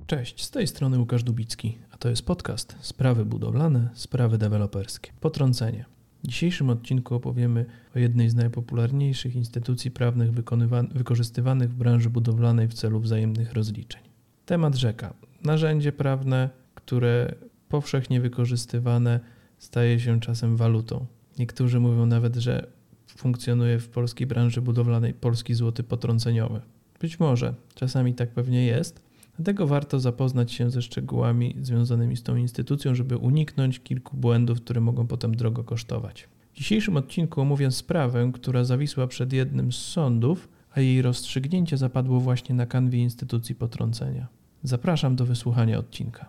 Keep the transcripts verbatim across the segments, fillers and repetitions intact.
Cześć, z tej strony Łukasz Dubicki, a to jest podcast Sprawy budowlane, sprawy deweloperskie. Potrącenie. W dzisiejszym odcinku opowiemy o jednej z najpopularniejszych instytucji prawnych wykonywa- wykorzystywanych w branży budowlanej w celu wzajemnych rozliczeń. Temat rzeka. Narzędzie prawne, które powszechnie wykorzystywane staje się czasem walutą. Niektórzy mówią nawet, że funkcjonuje w polskiej branży budowlanej polski złoty potrąceniowy. Być może, czasami tak pewnie jest. Dlatego warto zapoznać się ze szczegółami związanymi z tą instytucją, żeby uniknąć kilku błędów, które mogą potem drogo kosztować. W dzisiejszym odcinku omówię sprawę, która zawisła przed jednym z sądów, a jej rozstrzygnięcie zapadło właśnie na kanwie instytucji potrącenia. Zapraszam do wysłuchania odcinka.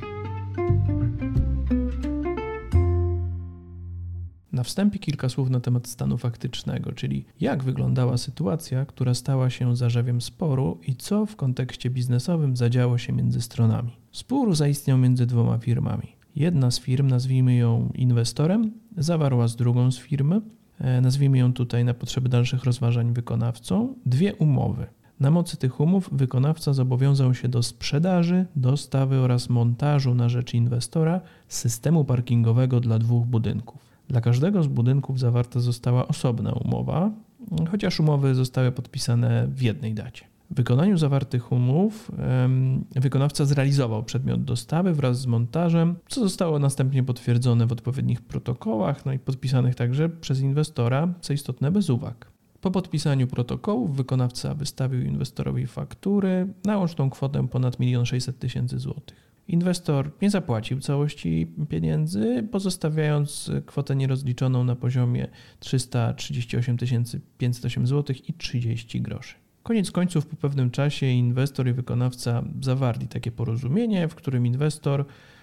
Na wstępie kilka słów na temat stanu faktycznego, czyli jak wyglądała sytuacja, która stała się zarzewiem sporu i co w kontekście biznesowym zadziało się między stronami. Spór zaistniał między dwoma firmami. Jedna z firm, nazwijmy ją inwestorem, zawarła z drugą z firmy, nazwijmy ją tutaj na potrzeby dalszych rozważań wykonawcą, dwie umowy. Na mocy tych umów wykonawca zobowiązał się do sprzedaży, dostawy oraz montażu na rzecz inwestora systemu parkingowego dla dwóch budynków. Dla każdego z budynków zawarta została osobna umowa, chociaż umowy zostały podpisane w jednej dacie. W wykonaniu zawartych umów um, wykonawca zrealizował przedmiot dostawy wraz z montażem, co zostało następnie potwierdzone w odpowiednich protokołach, no i podpisanych także przez inwestora, co istotne bez uwag. Po podpisaniu protokołów wykonawca wystawił inwestorowi faktury na łączną kwotę ponad milion sześćset tysięcy złotych. Inwestor nie zapłacił całości pieniędzy, pozostawiając kwotę nierozliczoną na poziomie trzysta trzydzieści osiem tysięcy pięćset osiem złotych i trzydzieści groszy. Koniec końców po pewnym czasie inwestor i wykonawca zawarli takie porozumienie, w którym inwestor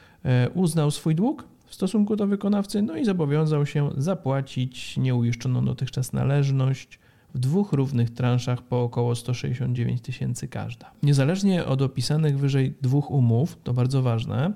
uznał swój dług w stosunku do wykonawcy, no i zobowiązał się zapłacić nieuiszczoną dotychczas należność w dwóch równych transzach po około sto sześćdziesiąt dziewięć tysięcy każda. Niezależnie od opisanych wyżej dwóch umów, to bardzo ważne,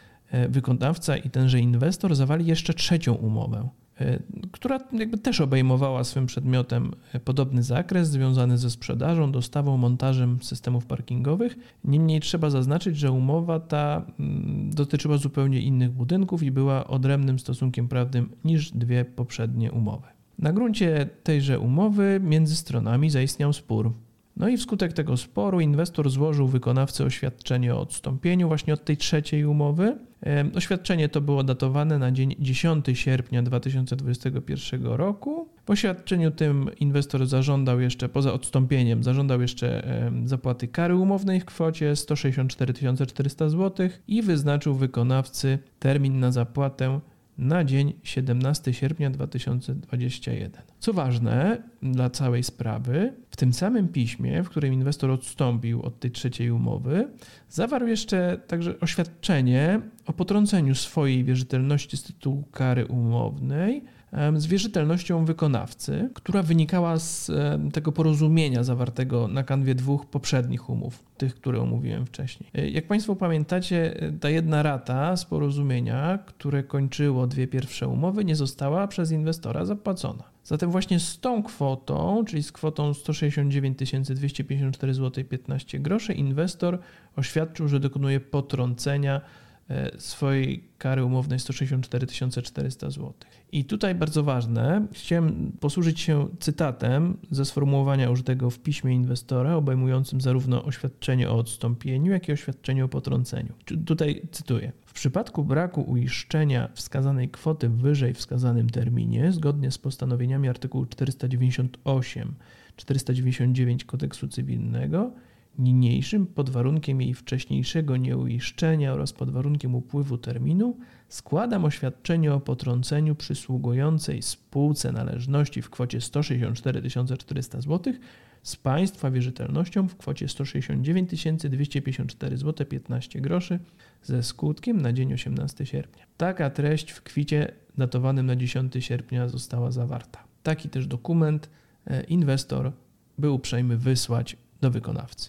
wykonawca i tenże inwestor zawarli jeszcze trzecią umowę, która jakby też obejmowała swym przedmiotem podobny zakres związany ze sprzedażą, dostawą, montażem systemów parkingowych. Niemniej trzeba zaznaczyć, że umowa ta dotyczyła zupełnie innych budynków i była odrębnym stosunkiem prawnym niż dwie poprzednie umowy. Na gruncie tejże umowy między stronami zaistniał spór. No i wskutek tego sporu inwestor złożył wykonawcy oświadczenie o odstąpieniu właśnie od tej trzeciej umowy. Oświadczenie to było datowane na dzień dziesiątego sierpnia dwa tysiące dwudziestego pierwszego roku. W oświadczeniu tym inwestor zażądał jeszcze, poza odstąpieniem, zażądał jeszcze zapłaty kary umownej w kwocie sto sześćdziesiąt cztery tysiące czterysta złotych i wyznaczył wykonawcy termin na zapłatę na dzień siedemnastego sierpnia dwa tysiące dwudziestego pierwszego. Co ważne dla całej sprawy, w tym samym piśmie, w którym inwestor odstąpił od tej trzeciej umowy, zawarł jeszcze także oświadczenie o potrąceniu swojej wierzytelności z tytułu kary umownej z wierzytelnością wykonawcy, która wynikała z tego porozumienia zawartego na kanwie dwóch poprzednich umów, tych, które omówiłem wcześniej. Jak Państwo pamiętacie, ta jedna rata z porozumienia, które kończyło dwie pierwsze umowy, nie została przez inwestora zapłacona. Zatem właśnie z tą kwotą, czyli z kwotą sto sześćdziesiąt dziewięć tysięcy dwieście pięćdziesiąt cztery złote i piętnaście groszy, inwestor oświadczył, że dokonuje potrącenia swojej kary umownej sto sześćdziesiąt cztery tysiące czterysta złotych. I tutaj bardzo ważne, chciałem posłużyć się cytatem ze sformułowania użytego w piśmie inwestora, obejmującym zarówno oświadczenie o odstąpieniu, jak i oświadczenie o potrąceniu. Tutaj cytuję. W przypadku braku uiszczenia wskazanej kwoty w wyżej wskazanym terminie, zgodnie z postanowieniami artykułu czterysta dziewięćdziesiąt osiem czterysta dziewięćdziesiąt dziewięć Kodeksu Cywilnego, niniejszym pod warunkiem jej wcześniejszego nieuiszczenia oraz pod warunkiem upływu terminu składam oświadczenie o potrąceniu przysługującej spółce należności w kwocie sto sześćdziesiąt cztery tysiące czterysta złotych z Państwa wierzytelnością w kwocie sto sześćdziesiąt dziewięć tysięcy dwieście pięćdziesiąt cztery złote piętnaście groszy ze skutkiem na dzień osiemnastego sierpnia. Taka treść w kwicie datowanym na dziesiątego sierpnia została zawarta. Taki też dokument inwestor był uprzejmy wysłać do wykonawcy.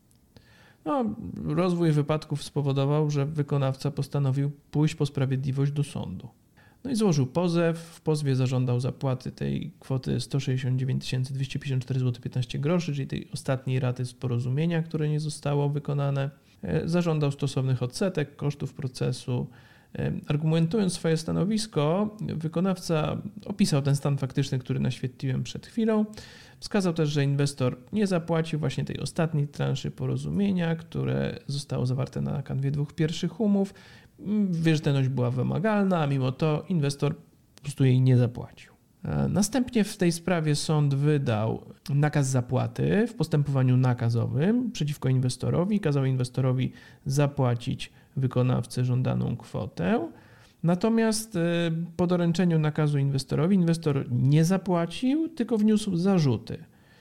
No, rozwój wypadków spowodował, że wykonawca postanowił pójść po sprawiedliwość do sądu. No i złożył pozew. W pozwie zażądał zapłaty tej kwoty sto sześćdziesiąt dziewięć tysięcy dwieście pięćdziesiąt cztery złote piętnaście groszy, czyli tej ostatniej raty z porozumienia, które nie zostało wykonane. zażądał stosownych odsetek kosztów procesu. Argumentując swoje stanowisko, wykonawca opisał ten stan faktyczny, który naświetliłem przed chwilą. Wskazał też, że inwestor nie zapłacił właśnie tej ostatniej transzy porozumienia, które zostało zawarte na kanwie dwóch pierwszych umów. Wierzytelność była wymagalna, a mimo to inwestor po prostu jej nie zapłacił. Następnie w tej sprawie sąd wydał nakaz zapłaty w postępowaniu nakazowym przeciwko inwestorowi. Kazał inwestorowi zapłacić wykonawcy żądaną kwotę. Natomiast po doręczeniu nakazu inwestorowi inwestor nie zapłacił, tylko wniósł zarzuty.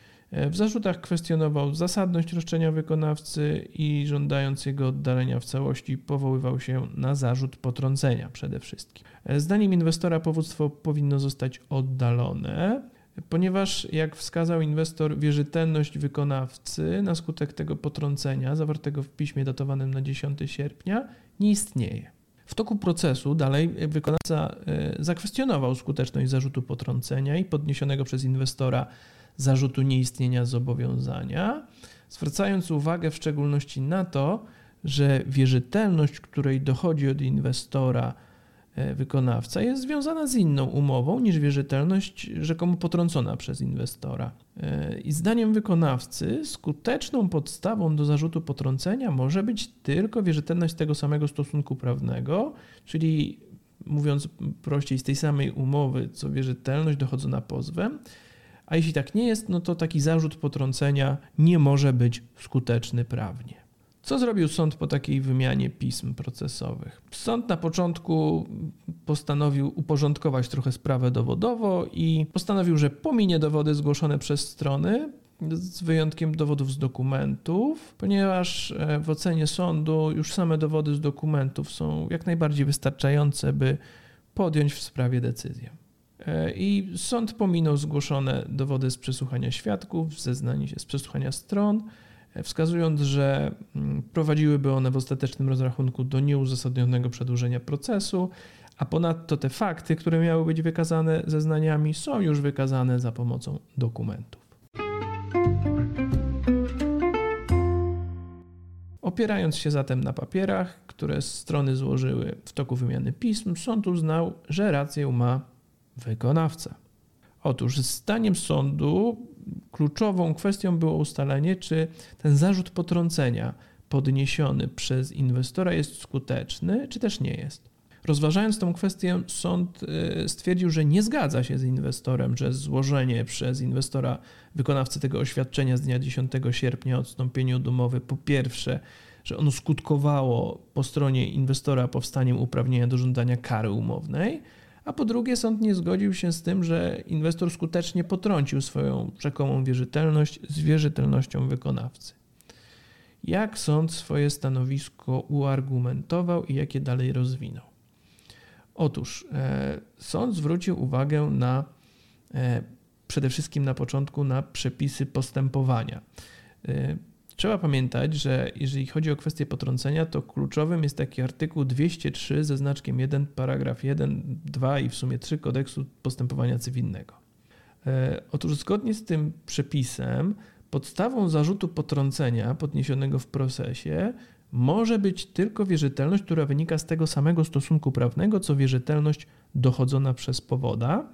W zarzutach kwestionował zasadność roszczenia wykonawcy i żądając jego oddalenia w całości powoływał się na zarzut potrącenia przede wszystkim. Zdaniem inwestora powództwo powinno zostać oddalone, ponieważ jak wskazał inwestor, wierzytelność wykonawcy na skutek tego potrącenia zawartego w piśmie datowanym na dziesiątego sierpnia nie istnieje. W toku procesu dalej wykonawca zakwestionował skuteczność zarzutu potrącenia i podniesionego przez inwestora zarzutu nieistnienia zobowiązania, zwracając uwagę w szczególności na to, że wierzytelność, której dochodzi od inwestora wykonawca, jest związana z inną umową niż wierzytelność rzekomo potrącona przez inwestora. I zdaniem wykonawcy skuteczną podstawą do zarzutu potrącenia może być tylko wierzytelność tego samego stosunku prawnego, czyli mówiąc prościej, z tej samej umowy co wierzytelność dochodzona pozwem. A jeśli tak nie jest, no to taki zarzut potrącenia nie może być skuteczny prawnie. Co zrobił sąd po takiej wymianie pism procesowych? Sąd na początku postanowił uporządkować trochę sprawę dowodowo i postanowił, że pominie dowody zgłoszone przez strony, z wyjątkiem dowodów z dokumentów, ponieważ w ocenie sądu już same dowody z dokumentów są jak najbardziej wystarczające, by podjąć w sprawie decyzję. I sąd pominął zgłoszone dowody z przesłuchania świadków, zeznań z przesłuchania stron, wskazując, że prowadziłyby one w ostatecznym rozrachunku do nieuzasadnionego przedłużenia procesu, a ponadto te fakty, które miały być wykazane zeznaniami, są już wykazane za pomocą dokumentów. Opierając się zatem na papierach, które strony złożyły w toku wymiany pism, sąd uznał, że rację ma wykonawca. Otóż zdaniem sądu kluczową kwestią było ustalenie, czy ten zarzut potrącenia podniesiony przez inwestora jest skuteczny, czy też nie jest. Rozważając tę kwestię, sąd stwierdził, że nie zgadza się z inwestorem, że złożenie przez inwestora wykonawcy tego oświadczenia z dnia dziesiątego sierpnia o odstąpieniu od umowy, po pierwsze, że ono skutkowało po stronie inwestora powstaniem uprawnienia do żądania kary umownej, a po drugie sąd nie zgodził się z tym, że inwestor skutecznie potrącił swoją rzekomą wierzytelność z wierzytelnością wykonawcy. Jak sąd swoje stanowisko uargumentował i jak je dalej rozwinął? Otóż e, sąd zwrócił uwagę na e, przede wszystkim na początku na przepisy postępowania. E, Trzeba pamiętać, że jeżeli chodzi o kwestię potrącenia, to kluczowym jest taki artykuł dwieście trzy ze znaczkiem jeden, paragraf jeden, dwa i w sumie trzy Kodeksu Postępowania Cywilnego. E, otóż zgodnie z tym przepisem podstawą zarzutu potrącenia podniesionego w procesie może być tylko wierzytelność, która wynika z tego samego stosunku prawnego, co wierzytelność dochodzona przez powoda,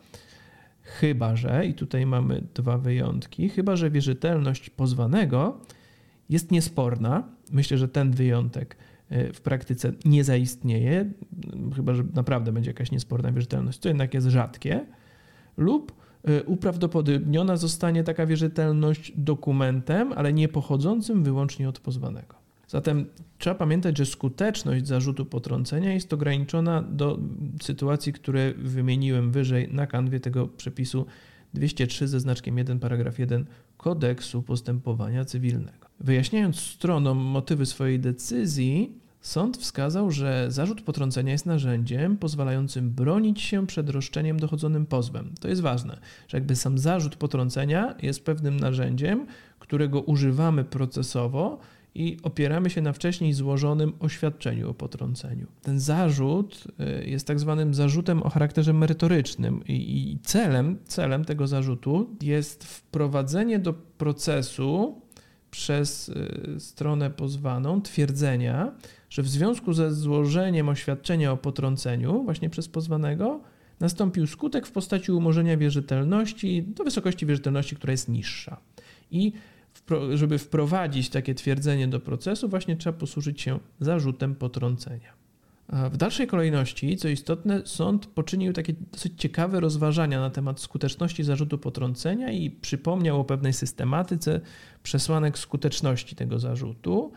chyba że, i tutaj mamy dwa wyjątki, chyba że wierzytelność pozwanego jest niesporna. Myślę, że ten wyjątek w praktyce nie zaistnieje, chyba że naprawdę będzie jakaś niesporna wierzytelność, co jednak jest rzadkie, lub uprawdopodobniona zostanie taka wierzytelność dokumentem, ale nie pochodzącym wyłącznie od pozwanego. Zatem trzeba pamiętać, że skuteczność zarzutu potrącenia jest ograniczona do sytuacji, które wymieniłem wyżej na kanwie tego przepisu dwieście trzy ze znaczkiem jeden, paragraf jeden Kodeksu Postępowania Cywilnego. Wyjaśniając stronom motywy swojej decyzji, sąd wskazał, że zarzut potrącenia jest narzędziem pozwalającym bronić się przed roszczeniem dochodzonym pozwem. To jest ważne, że jakby sam zarzut potrącenia jest pewnym narzędziem, którego używamy procesowo i opieramy się na wcześniej złożonym oświadczeniu o potrąceniu. Ten zarzut jest tak zwanym zarzutem o charakterze merytorycznym i celem, celem tego zarzutu jest wprowadzenie do procesu przez stronę pozwaną twierdzenia, że w związku ze złożeniem oświadczenia o potrąceniu właśnie przez pozwanego nastąpił skutek w postaci umorzenia wierzytelności do wysokości wierzytelności, która jest niższa. I żeby wprowadzić takie twierdzenie do procesu, właśnie trzeba posłużyć się zarzutem potrącenia. A w dalszej kolejności, co istotne, sąd poczynił takie dosyć ciekawe rozważania na temat skuteczności zarzutu potrącenia i przypomniał o pewnej systematyce przesłanek skuteczności tego zarzutu.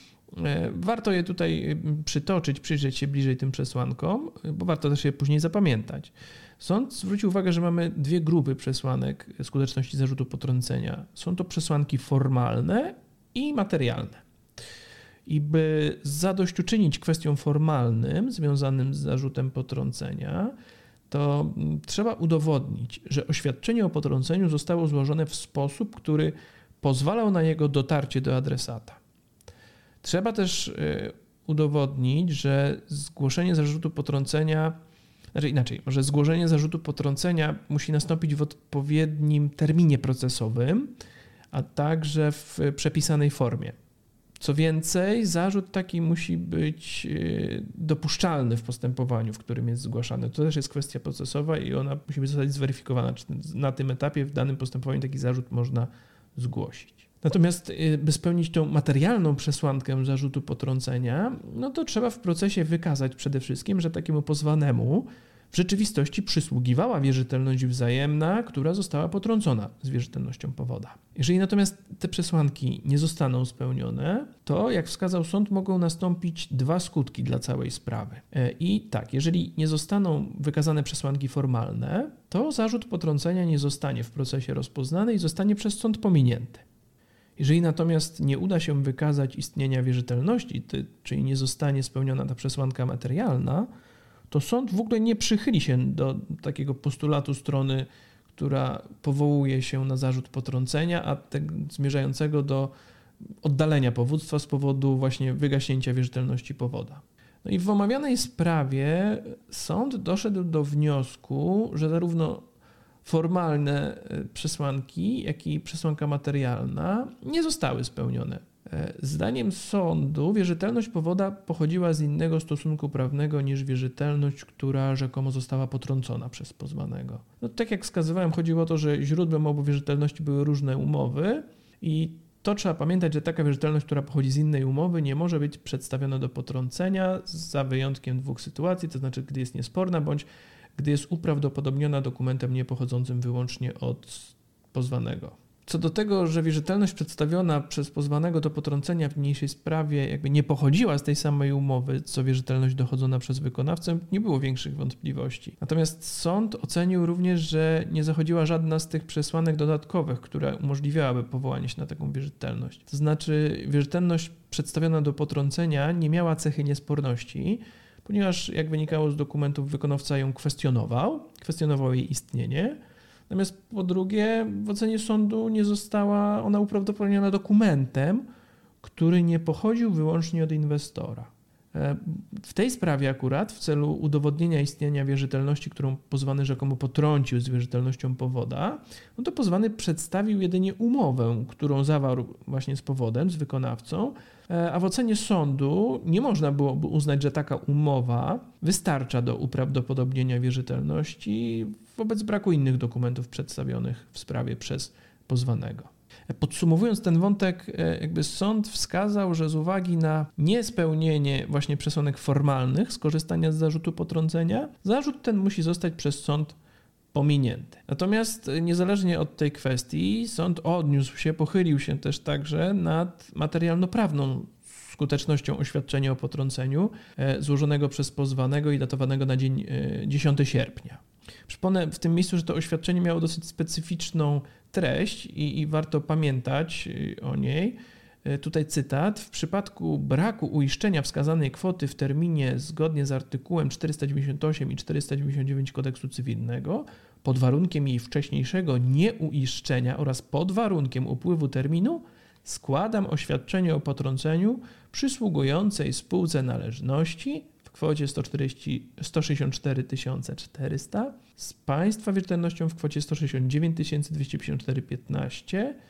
Warto je tutaj przytoczyć, przyjrzeć się bliżej tym przesłankom, bo warto też je później zapamiętać. Sąd zwrócił uwagę, że mamy dwie grupy przesłanek skuteczności zarzutu potrącenia. Są to przesłanki formalne i materialne. I by zadośćuczynić kwestiom formalnym związanym z zarzutem potrącenia, to trzeba udowodnić, że oświadczenie o potrąceniu zostało złożone w sposób, który pozwalał na jego dotarcie do adresata. Trzeba też udowodnić, że zgłoszenie zarzutu potrącenia, znaczy inaczej, może zgłoszenie zarzutu potrącenia musi nastąpić w odpowiednim terminie procesowym, a także w przepisanej formie. Co więcej, zarzut taki musi być dopuszczalny w postępowaniu, w którym jest zgłaszany. To też jest kwestia procesowa i ona musi zostać zweryfikowana, czy na tym etapie w danym postępowaniu taki zarzut można zgłosić. Natomiast by spełnić tą materialną przesłankę zarzutu potrącenia, no to trzeba w procesie wykazać przede wszystkim, że takiemu pozwanemu w rzeczywistości przysługiwała wierzytelność wzajemna, która została potrącona z wierzytelnością powoda. Jeżeli natomiast te przesłanki nie zostaną spełnione, to jak wskazał sąd, mogą nastąpić dwa skutki dla całej sprawy. I tak, jeżeli nie zostaną wykazane przesłanki formalne, to zarzut potrącenia nie zostanie w procesie rozpoznany i zostanie przez sąd pominięty. Jeżeli natomiast nie uda się wykazać istnienia wierzytelności, czyli nie zostanie spełniona ta przesłanka materialna, to sąd w ogóle nie przychyli się do takiego postulatu strony, która powołuje się na zarzut potrącenia, a te, zmierzającego do oddalenia powództwa z powodu właśnie wygaśnięcia wierzytelności powoda. No i w omawianej sprawie sąd doszedł do wniosku, że zarówno formalne przesłanki, jak i przesłanka materialna nie zostały spełnione. Zdaniem sądu wierzytelność powoda pochodziła z innego stosunku prawnego niż wierzytelność, która rzekomo została potrącona przez pozwanego. No, tak jak wskazywałem, chodziło o to, że źródłem obu wierzytelności były różne umowy i to trzeba pamiętać, że taka wierzytelność, która pochodzi z innej umowy, nie może być przedstawiona do potrącenia za wyjątkiem dwóch sytuacji, to znaczy gdy jest niesporna bądź gdy jest uprawdopodobniona dokumentem niepochodzącym wyłącznie od pozwanego. Co do tego, że wierzytelność przedstawiona przez pozwanego do potrącenia w niniejszej sprawie jakby nie pochodziła z tej samej umowy, co wierzytelność dochodzona przez wykonawcę, nie było większych wątpliwości. Natomiast sąd ocenił również, że nie zachodziła żadna z tych przesłanek dodatkowych, która umożliwiałaby powołanie się na taką wierzytelność. To znaczy wierzytelność przedstawiona do potrącenia nie miała cechy niesporności, ponieważ jak wynikało z dokumentów wykonawca ją kwestionował, kwestionował jej istnienie. Natomiast po drugie, w ocenie sądu nie została ona uprawdopodobniona dokumentem, który nie pochodził wyłącznie od inwestora. W tej sprawie akurat, w celu udowodnienia istnienia wierzytelności, którą pozwany rzekomo potrącił z wierzytelnością powoda, no to pozwany przedstawił jedynie umowę, którą zawarł właśnie z powodem, z wykonawcą, a w ocenie sądu nie można byłoby uznać, że taka umowa wystarcza do uprawdopodobnienia wierzytelności wobec braku innych dokumentów przedstawionych w sprawie przez pozwanego. Podsumowując ten wątek, jakby sąd wskazał, że z uwagi na niespełnienie właśnie przesłanek formalnych skorzystania z zarzutu potrącenia, zarzut ten musi zostać przez sąd pominięty. Natomiast niezależnie od tej kwestii sąd odniósł się, pochylił się też także nad materialno-prawną skutecznością oświadczenia o potrąceniu złożonego przez pozwanego i datowanego na dzień dziesiątego sierpnia. Przypomnę w tym miejscu, że to oświadczenie miało dosyć specyficzną treść i, i warto pamiętać o niej. Tutaj cytat. W przypadku braku uiszczenia wskazanej kwoty w terminie zgodnie z artykułem czterysta dziewięćdziesiąt osiem i czterysta dziewięćdziesiąt dziewięć Kodeksu Cywilnego, pod warunkiem jej wcześniejszego nieuiszczenia oraz pod warunkiem upływu terminu, składam oświadczenie o potrąceniu przysługującej spółce należności w kwocie sto sześćdziesiąt cztery tysiące czterysta, z państwa wierzytelnością w kwocie sto sześćdziesiąt dziewięć tysięcy dwieście pięćdziesiąt cztery piętnaście,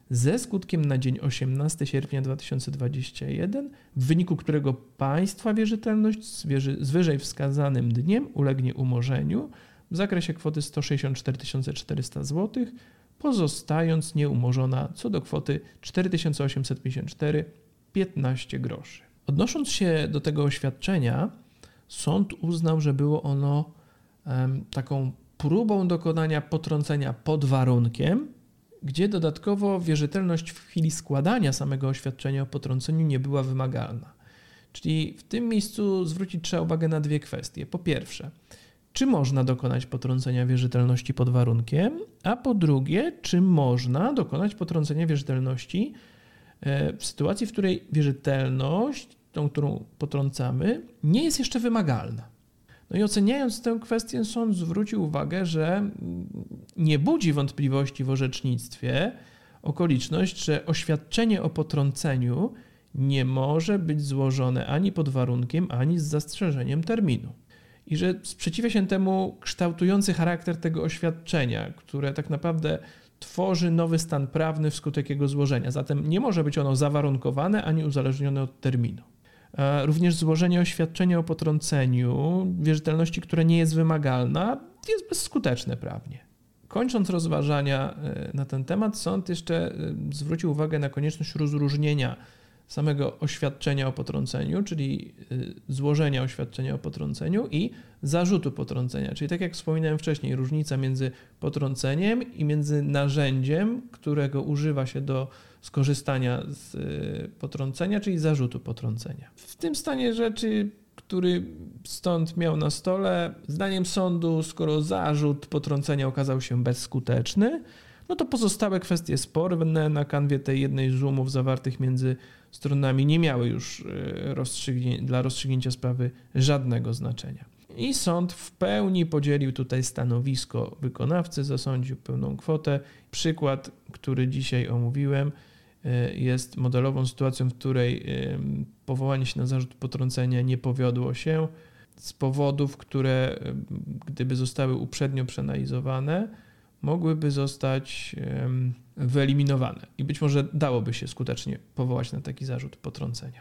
ze skutkiem na dzień osiemnastego sierpnia dwa tysiące dwudziestego pierwszego, w wyniku którego państwa wierzytelność z, wierzy, z wyżej wskazanym dniem ulegnie umorzeniu w zakresie kwoty sto sześćdziesiąt cztery tysiące czterysta złotych, pozostając nieumorzona co do kwoty cztery tysiące osiemset pięćdziesiąt cztery złote piętnaście groszy. Odnosząc się do tego oświadczenia, sąd uznał, że było ono um, taką próbą dokonania potrącenia pod warunkiem, gdzie dodatkowo wierzytelność w chwili składania samego oświadczenia o potrąceniu nie była wymagalna. Czyli w tym miejscu zwrócić trzeba uwagę na dwie kwestie. Po pierwsze, czy można dokonać potrącenia wierzytelności pod warunkiem, a po drugie, czy można dokonać potrącenia wierzytelności w sytuacji, w której wierzytelność, tą, którą potrącamy, nie jest jeszcze wymagalna. No i oceniając tę kwestię, sąd zwrócił uwagę, że nie budzi wątpliwości w orzecznictwie okoliczność, że oświadczenie o potrąceniu nie może być złożone ani pod warunkiem, ani z zastrzeżeniem terminu. I że sprzeciwia się temu kształtujący charakter tego oświadczenia, które tak naprawdę tworzy nowy stan prawny wskutek jego złożenia. Zatem nie może być ono zawarunkowane ani uzależnione od terminu. Również złożenie oświadczenia o potrąceniu wierzytelności, która nie jest wymagalna, jest bezskuteczne prawnie. Kończąc rozważania na ten temat, sąd jeszcze zwrócił uwagę na konieczność rozróżnienia samego oświadczenia o potrąceniu, czyli złożenia oświadczenia o potrąceniu i zarzutu potrącenia. Czyli tak jak wspominałem wcześniej, różnica między potrąceniem i między narzędziem, którego używa się do skorzystania z potrącenia, czyli zarzutu potrącenia. W tym stanie rzeczy, który sąd miał na stole, zdaniem sądu, skoro zarzut potrącenia okazał się bezskuteczny, no to pozostałe kwestie sporne na kanwie tej jednej z umów zawartych między stronami nie miały już rozstrzygnię- dla rozstrzygnięcia sprawy żadnego znaczenia. I sąd w pełni podzielił tutaj stanowisko wykonawcy, zasądził pełną kwotę. Przykład, który dzisiaj omówiłem, jest modelową sytuacją, w której powołanie się na zarzut potrącenia nie powiodło się z powodów, które gdyby zostały uprzednio przeanalizowane, mogłyby zostać wyeliminowane i być może dałoby się skutecznie powołać na taki zarzut potrącenia.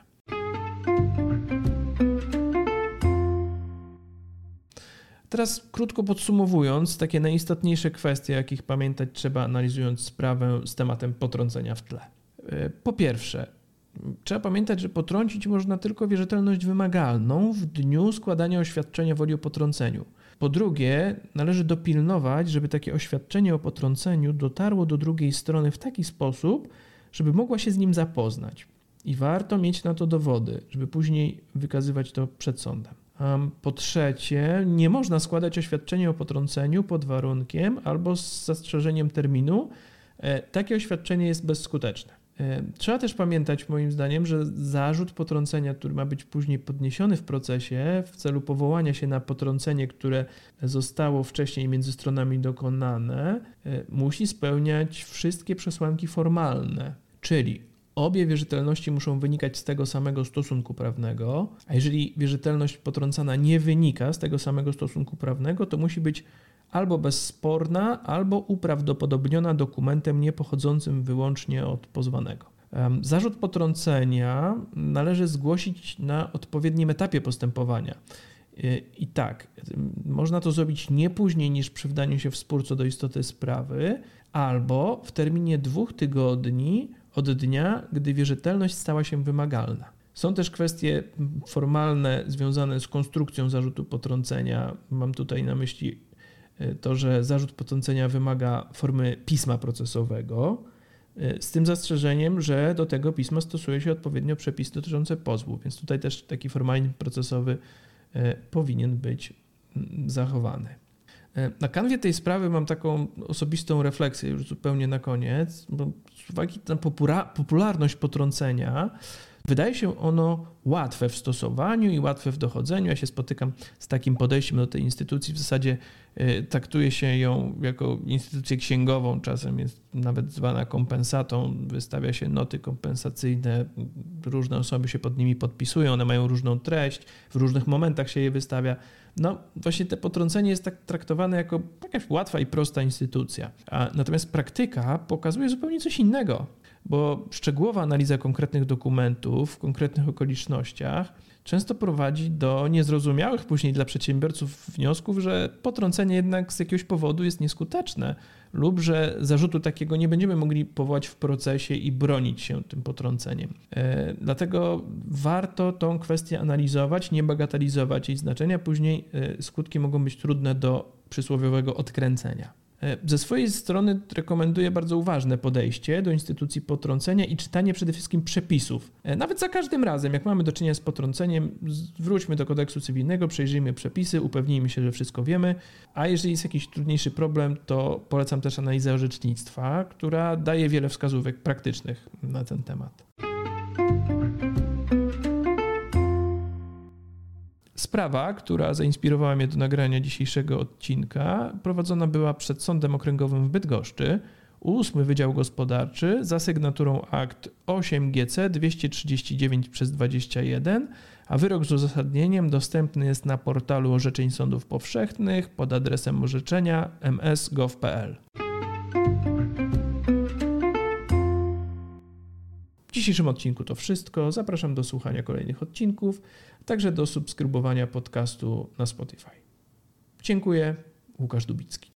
Teraz krótko podsumowując, takie najistotniejsze kwestie, jakich pamiętać trzeba, analizując sprawę z tematem potrącenia w tle. Po pierwsze, trzeba pamiętać, że potrącić można tylko wierzytelność wymagalną w dniu składania oświadczenia woli o potrąceniu. Po drugie, należy dopilnować, żeby takie oświadczenie o potrąceniu dotarło do drugiej strony w taki sposób, żeby mogła się z nim zapoznać. I warto mieć na to dowody, żeby później wykazywać to przed sądem. Po trzecie, nie można składać oświadczenia o potrąceniu pod warunkiem albo z zastrzeżeniem terminu. Takie oświadczenie jest bezskuteczne. Trzeba też pamiętać, moim zdaniem, że zarzut potrącenia, który ma być później podniesiony w procesie w celu powołania się na potrącenie, które zostało wcześniej między stronami dokonane, musi spełniać wszystkie przesłanki formalne, czyli obie wierzytelności muszą wynikać z tego samego stosunku prawnego, a jeżeli wierzytelność potrącana nie wynika z tego samego stosunku prawnego, to musi być albo bezsporna, albo uprawdopodobniona dokumentem niepochodzącym wyłącznie od pozwanego. Zarzut potrącenia należy zgłosić na odpowiednim etapie postępowania. I tak, można to zrobić nie później niż przy wdaniu się w spór co do istoty sprawy, albo w terminie dwóch tygodni od dnia, gdy wierzytelność stała się wymagalna. Są też kwestie formalne związane z konstrukcją zarzutu potrącenia. Mam tutaj na myśli to, że zarzut potrącenia wymaga formy pisma procesowego, z tym zastrzeżeniem, że do tego pisma stosuje się odpowiednio przepisy dotyczące pozwu, więc tutaj też taki formalnie procesowy powinien być zachowany. Na kanwie tej sprawy mam taką osobistą refleksję już zupełnie na koniec, bo z uwagi na popularność potrącenia, Wydaje się ono łatwe w stosowaniu i łatwe w dochodzeniu. Ja się spotykam z takim podejściem do tej instytucji. W zasadzie y, traktuje się ją jako instytucję księgową, czasem jest nawet zwana kompensatą. Wystawia się noty kompensacyjne, różne osoby się pod nimi podpisują, one mają różną treść, w różnych momentach się je wystawia. No właśnie te potrącenie jest tak traktowane jako jakaś łatwa i prosta instytucja. A natomiast praktyka pokazuje zupełnie coś innego, bo szczegółowa analiza konkretnych dokumentów w konkretnych okolicznościach często prowadzi do niezrozumiałych później dla przedsiębiorców wniosków, że potrącenie jednak z jakiegoś powodu jest nieskuteczne lub że zarzutu takiego nie będziemy mogli powołać w procesie i bronić się tym potrąceniem. E, dlatego warto tą kwestię analizować, nie bagatelizować jej znaczenia, później e, skutki mogą być trudne do przysłowiowego odkręcenia. Ze swojej strony rekomenduję bardzo uważne podejście do instytucji potrącenia i czytanie przede wszystkim przepisów. Nawet za każdym razem, jak mamy do czynienia z potrąceniem, wróćmy do kodeksu cywilnego, przejrzyjmy przepisy, upewnijmy się, że wszystko wiemy, a jeżeli jest jakiś trudniejszy problem, to polecam też analizę orzecznictwa, która daje wiele wskazówek praktycznych na ten temat. Sprawa, która zainspirowała mnie do nagrania dzisiejszego odcinka, prowadzona była przed Sądem Okręgowym w Bydgoszczy, ósmy Wydział Gospodarczy, za sygnaturą akt osiem G C dwieście trzydzieści dziewięć przez dwadzieścia jeden, a wyrok z uzasadnieniem dostępny jest na portalu orzeczeń sądów powszechnych pod adresem orzeczenia m s kropka gov kropka p l. W dzisiejszym odcinku to wszystko. Zapraszam do słuchania kolejnych odcinków, także do subskrybowania podcastu na Spotify. Dziękuję. Łukasz Dubicki.